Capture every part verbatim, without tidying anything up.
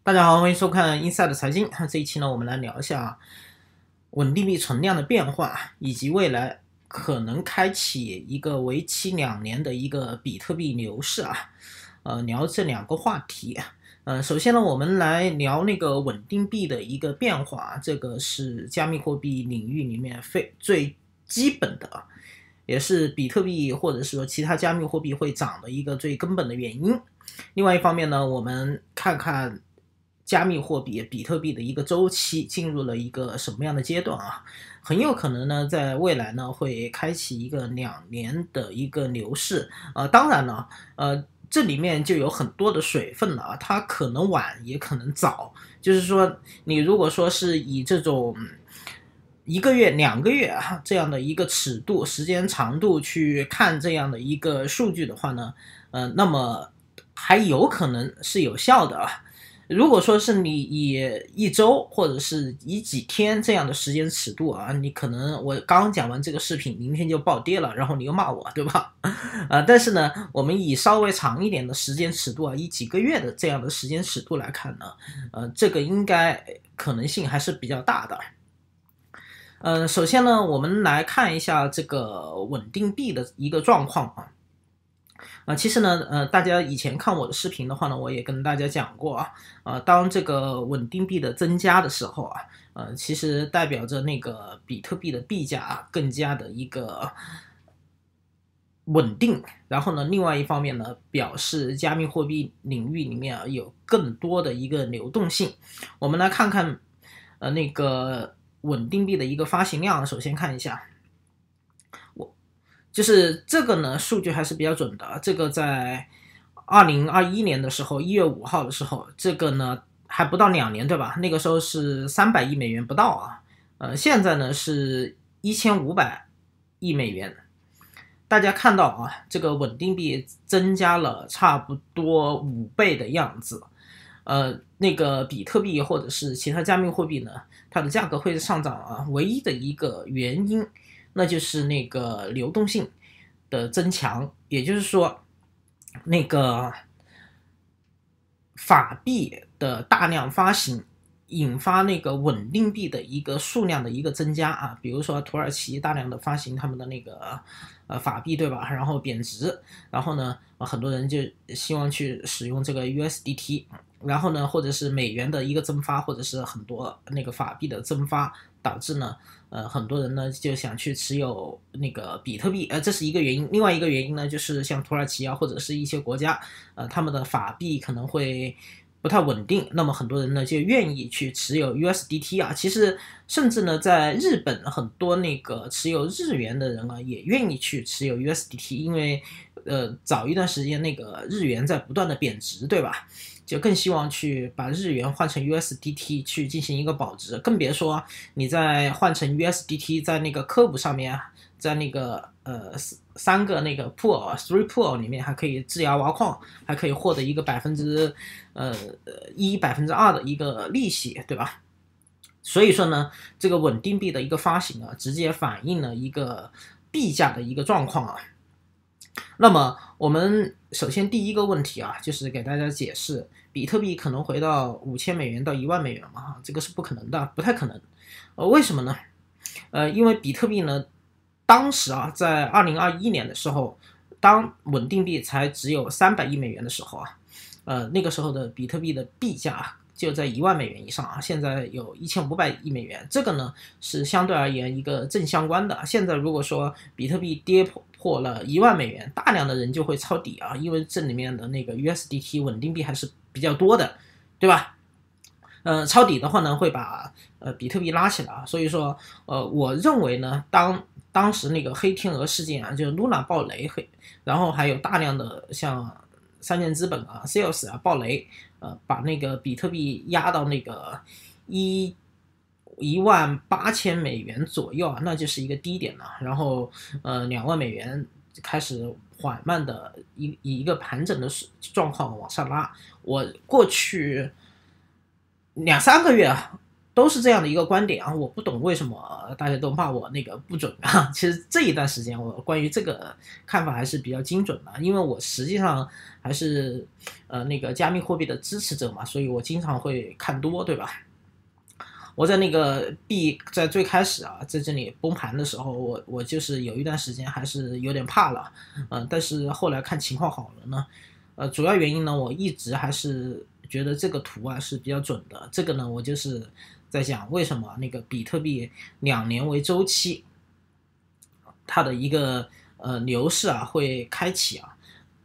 大家好，欢迎收看 Inside 财经。这一期呢，我们来聊一下稳定币存量的变化，以及未来可能开启一个为期两年的一个比特币牛市啊。呃，聊这两个话题。呃，首先呢，我们来聊那个稳定币的一个变化，这个是加密货币领域里面非最基本的，也是比特币或者是说其他加密货币会涨的一个最根本的原因。另外一方面呢，我们看看加密货币比特币的一个周期进入了一个什么样的阶段啊？很有可能呢，在未来呢会开启一个两年的一个牛市。呃，当然呢，呃，这里面就有很多的水分了啊，它可能晚也可能早。就是说，你如果说是以这种一个月、两个月啊这样的一个尺度、时间长度去看这样的一个数据的话呢，呃，那么还有可能是有效的啊。如果说是你以一周或者是以几天这样的时间尺度啊，你可能我刚讲完这个视频，明天就暴跌了，然后你又骂我，对吧？呃，但是呢，我们以稍微长一点的时间尺度啊，以几个月的这样的时间尺度来看呢，呃，这个应该可能性还是比较大的。呃，首先呢，我们来看一下这个稳定币的一个状况啊。啊，其实呢，呃，大家以前看我的视频的话呢，我也跟大家讲过啊，呃，当这个稳定币的增加的时候啊，呃，其实代表着那个比特币的币价更加的一个稳定。然后呢，另外一方面呢，表示加密货币领域里面啊有更多的一个流动性。我们来看看，呃，那个稳定币的一个发行量，首先看一下。就是这个呢，数据还是比较准的。这个在二零二一年的时候，一月五号的时候，这个呢还不到两年，对吧？那个时候是三百亿美元不到啊。呃，现在呢是一千五百亿美元。大家看到啊，这个稳定币增加了差不多五倍的样子。呃，那个比特币或者是其他加密货币呢，它的价格会上涨啊，唯一的一个原因，那就是那个流动性的增强，也就是说，那个法币的大量发行，引发那个稳定币的一个数量的一个增加啊。比如说土耳其大量的发行他们的那个呃法币，对吧？然后贬值，然后呢，很多人就希望去使用这个 U S D T。然后呢，或者是美元的一个蒸发，或者是很多那个法币的蒸发，导致呢，呃，很多人呢就想去持有那个比特币，呃，这是一个原因。另外一个原因呢，就是像土耳其啊，或者是一些国家，呃，他们的法币可能会不太稳定，那么很多人呢就愿意去持有 U S D T 啊。其实甚至呢，在日本很多那个持有日元的人啊，也愿意去持有 U S D T，因为呃，早一段时间那个日元在不断的贬值，对吧？就更希望去把日元换成 U S D T 去进行一个保值，更别说你再换成 U S D T 在那个科普上面，在那个呃三个那个 pool three pool 里面还可以质押挖矿，还可以获得一个百分之呃一百分之二的一个利息，对吧？所以说呢，这个稳定币的一个发行啊，直接反映了一个币价的一个状况啊。那么我们首先第一个问题啊，就是给大家解释，比特币可能回到五千美元到一万美元吗？这个是不可能的，不太可能。呃，为什么呢？呃，因为比特币呢，当时啊，在二零二一年的时候，当稳定币才只有三百亿美元的时候啊，呃，那个时候的比特币的币价就在一万美元以上啊，现在有一千五百亿美元，这个呢是相对而言一个正相关的。现在如果说比特币跌破破了一万美元，大量的人就会抄底啊，因为这里面的那个 U S D T 稳定币还是比较多的，对吧？呃，抄底的话呢，会把呃比特币拉起来啊，所以说呃，我认为呢，当当时那个黑天鹅事件啊，就是 Luna 爆雷黑，然后还有大量的像三箭资本啊、Sales 啊爆雷，呃，把那个比特币压到那个一一万八千美元左右啊，那就是一个低点了。然后呃，两万美元开始缓慢的以以一个盘整的状况往上拉。我过去两三个月啊， 都是这样的一个观点啊，我不懂为什么大家都骂我那个不准啊。其实这一段时间我关于这个看法还是比较精准的，因为我实际上还是呃那个加密货币的支持者嘛，所以我经常会看多，对吧？我在那个币在最开始啊，在这里崩盘的时候，我我就是有一段时间还是有点怕了，嗯、呃，但是后来看情况好了呢，呃，主要原因呢，我一直还是觉得这个图啊是比较准的。这个呢，我就是在讲为什么那个比特币两年为周期，它的一个呃牛市啊会开启啊。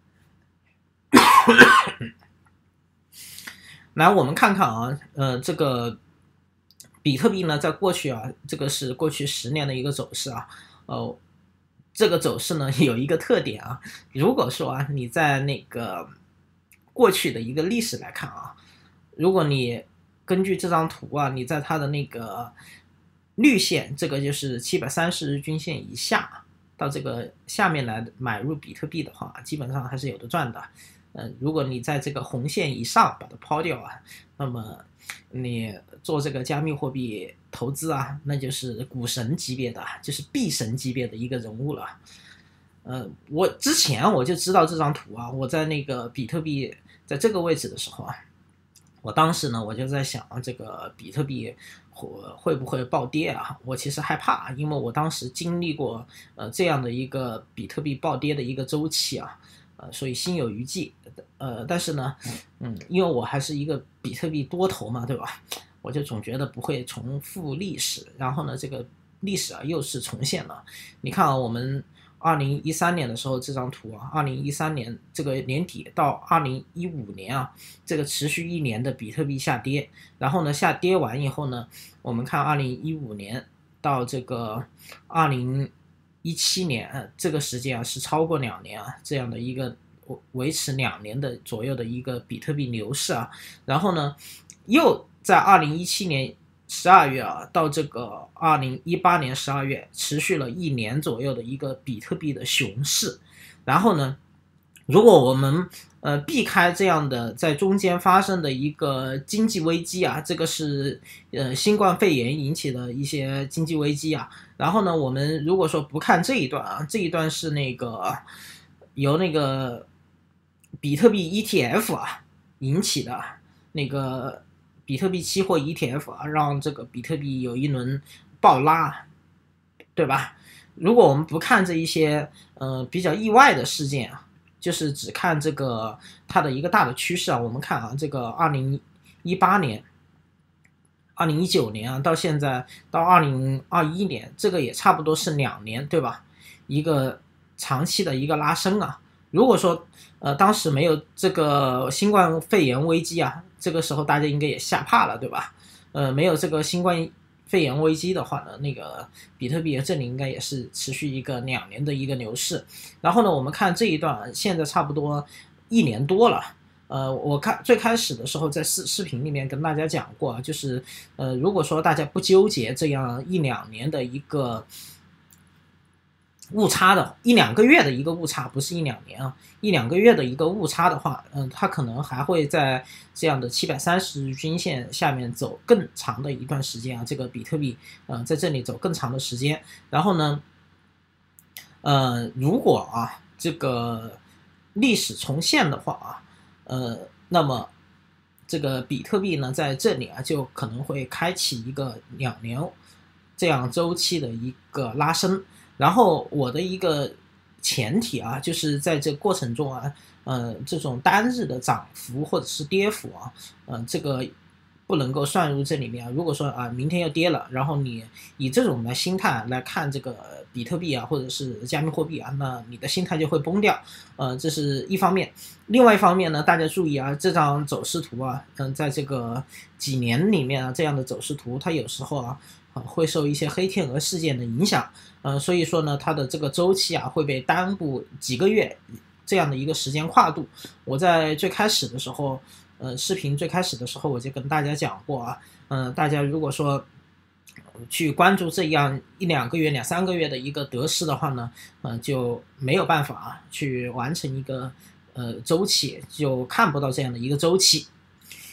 来，我们看看啊，呃，这个比特币呢，在过去啊，这个是过去十年的一个走势啊，呃，这个走势呢有一个特点啊，如果说啊你在那个过去的一个历史来看啊，如果你根据这张图啊，你在它的那个绿线，这个就是七百三十日均线以下，到这个下面来买入比特币的话，基本上还是有的赚的。呃，如果你在这个红线以上把它抛掉啊，那么你做这个加密货币投资啊，那就是股神级别的，就是币神级别的一个人物了。呃，我之前我就知道这张图啊，我在那个比特币在这个位置的时候啊，我当时呢我就在想这个比特币会会不会暴跌啊？我其实害怕，因为我当时经历过呃这样的一个比特币暴跌的一个周期啊。呃，所以心有余悸，呃，但是呢，嗯，因为我还是一个比特币多头嘛，对吧？我就总觉得不会重复历史，然后呢，这个历史啊又是重现了。你看啊，我们二零一三年的时候这张图啊，二零一三年这个年底到二零一五年啊，这个持续一年的比特币下跌，然后呢下跌完以后呢，我们看二零一五年到这个二零。一七年，呃，这个时间啊是超过两年啊，这样的一个维持两年的左右的一个比特币牛市啊，然后呢，又在二零一七年十二月啊到这个二零一八年十二月持续了一年左右的一个比特币的熊市，然后呢，如果我们呃避开这样的在中间发生的一个经济危机啊，这个是呃新冠肺炎引起的一些经济危机啊。然后呢，我们如果说不看这一段啊，这一段是那个由那个比特币 E T F 啊引起的那个比特币期货 E T F 啊，让这个比特币有一轮暴拉，对吧？如果我们不看这一些呃比较意外的事件啊，就是只看这个它的一个大的趋势啊，我们看啊，这个二零一八年。二零一九年啊，到现在到二零二一年，这个也差不多是两年，对吧？一个长期的一个拉升啊。如果说呃当时没有这个新冠肺炎危机啊，这个时候大家应该也吓怕了，对吧？呃，没有这个新冠肺炎危机的话呢，那个比特币这里应该也是持续一个两年的一个牛市。然后呢，我们看这一段，现在差不多一年多了。呃，我看最开始的时候在视视频里面跟大家讲过，就是呃，如果说大家不纠结这样一两年的一个误差的，一两个月的一个误差，不是一两年啊，一两个月的一个误差的话，嗯、呃，它可能还会在这样的七百三十日均线下面走更长的一段时间啊，这个比特币呃在这里走更长的时间，然后呢，呃，如果啊这个历史重现的话啊。呃，那么这个比特币呢，在这里啊，就可能会开启一个两年这样周期的一个拉升。然后我的一个前提啊，就是在这过程中啊，呃，这种单日的涨幅或者是跌幅啊，呃，这个不能够算入这里面啊。如果说啊，明天要跌了，然后你以这种的心态来看这个比特币啊，或者是加密货币啊，那你的心态就会崩掉。呃，这是一方面。另外一方面呢，大家注意啊，这张走势图啊，嗯，在这个几年里面啊，这样的走势图，它有时候啊，呃、会受一些黑天鹅事件的影响，呃，所以说呢，它的这个周期啊，会被耽误几个月这样的一个时间跨度。我在最开始的时候，呃，视频最开始的时候我就跟大家讲过啊，嗯、呃，大家如果说去关注这样一两个月、两三个月的一个得失的话呢，呃，就没有办法去完成一个呃周期，就看不到这样的一个周期。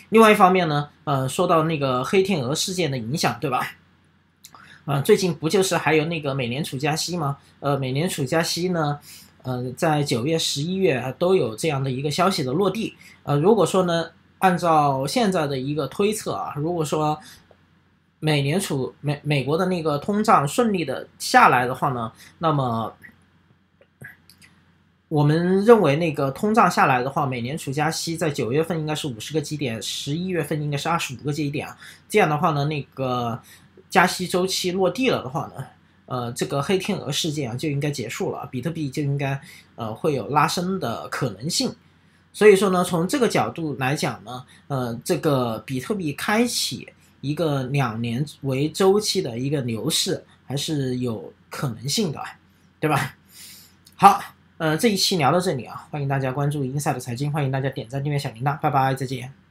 另外一方面呢，呃，说到那个黑天鹅事件的影响，对吧？呃，最近不就是还有那个美联储加息吗？呃，美联储加息呢，呃，在九月、十一月都有这样的一个消息的落地。呃，如果说呢，按照现在的一个推测啊，如果说美联储美美国的那个通胀顺利的下来的话呢，那么我们认为那个通胀下来的话，美联储加息在九月份应该是五十个基点，十一月份应该是二十五个基点啊。这样的话呢，那个加息周期落地了的话呢，呃，这个黑天鹅事件啊就应该结束了，比特币就应该呃会有拉升的可能性。所以说呢，从这个角度来讲呢，呃，这个比特币开启一个两年为周期的一个牛市还是有可能性的，对吧？好。呃，这一期聊到这里啊，欢迎大家关注 Inside 财经，欢迎大家点赞、订阅小铃铛，拜拜，再见。